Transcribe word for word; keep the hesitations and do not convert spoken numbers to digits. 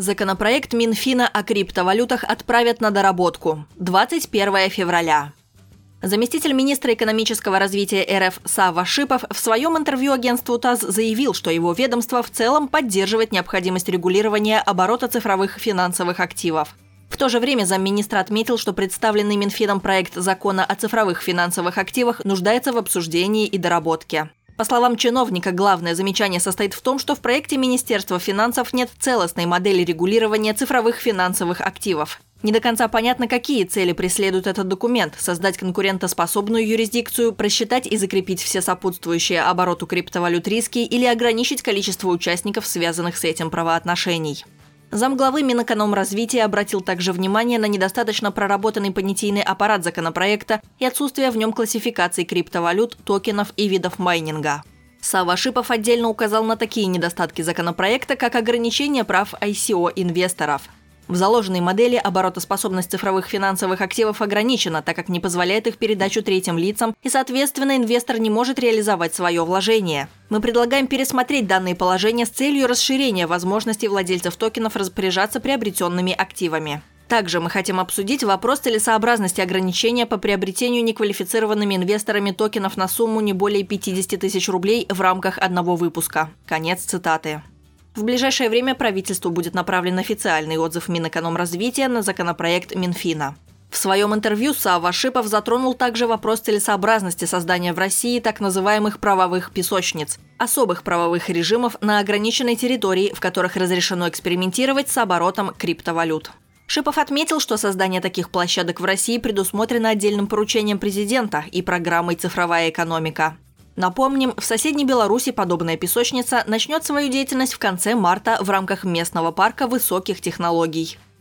Законопроект Минфина о криптовалютах отправят на доработку. двадцать первого февраля. Заместитель министра экономического развития эр эф Савва Шипов в своем интервью агентству ТАСС заявил, что его ведомство в целом поддерживает необходимость регулирования оборота цифровых финансовых активов. В то же время замминистра отметил, что представленный Минфином проект закона о цифровых финансовых активах нуждается в обсуждении и доработке. По словам чиновника, главное замечание состоит в том, что в проекте Министерства финансов нет целостной модели регулирования цифровых финансовых активов. Не до конца понятно, какие цели преследует этот документ – создать конкурентоспособную юрисдикцию, просчитать и закрепить все сопутствующие обороту криптовалют риски или ограничить количество участников, связанных с этим правоотношений. Замглавы Минэкономразвития обратил также внимание на недостаточно проработанный понятийный аппарат законопроекта и отсутствие в нем классификаций криптовалют, токенов и видов майнинга. Савва Шипов отдельно указал на такие недостатки законопроекта, как ограничение прав ай си о-инвесторов. В заложенной модели оборотоспособность цифровых финансовых активов ограничена, так как не позволяет их передачу третьим лицам, и, соответственно, инвестор не может реализовать свое вложение. Мы предлагаем пересмотреть данные положения с целью расширения возможностей владельцев токенов распоряжаться приобретенными активами. Также мы хотим обсудить вопрос целесообразности ограничения по приобретению неквалифицированными инвесторами токенов на сумму не более пятьдесят тысяч рублей в рамках одного выпуска. Конец цитаты. В ближайшее время правительству будет направлен официальный отзыв Минэкономразвития на законопроект Минфина. В своем интервью Савва Шипов затронул также вопрос целесообразности создания в России так называемых правовых песочниц – особых правовых режимов на ограниченной территории, в которых разрешено экспериментировать с оборотом криптовалют. Шипов отметил, что создание таких площадок в России предусмотрено отдельным поручением президента и программой «Цифровая экономика». Напомним, в соседней Беларуси подобная песочница начнет свою деятельность в конце марта в рамках местного парка высоких технологий.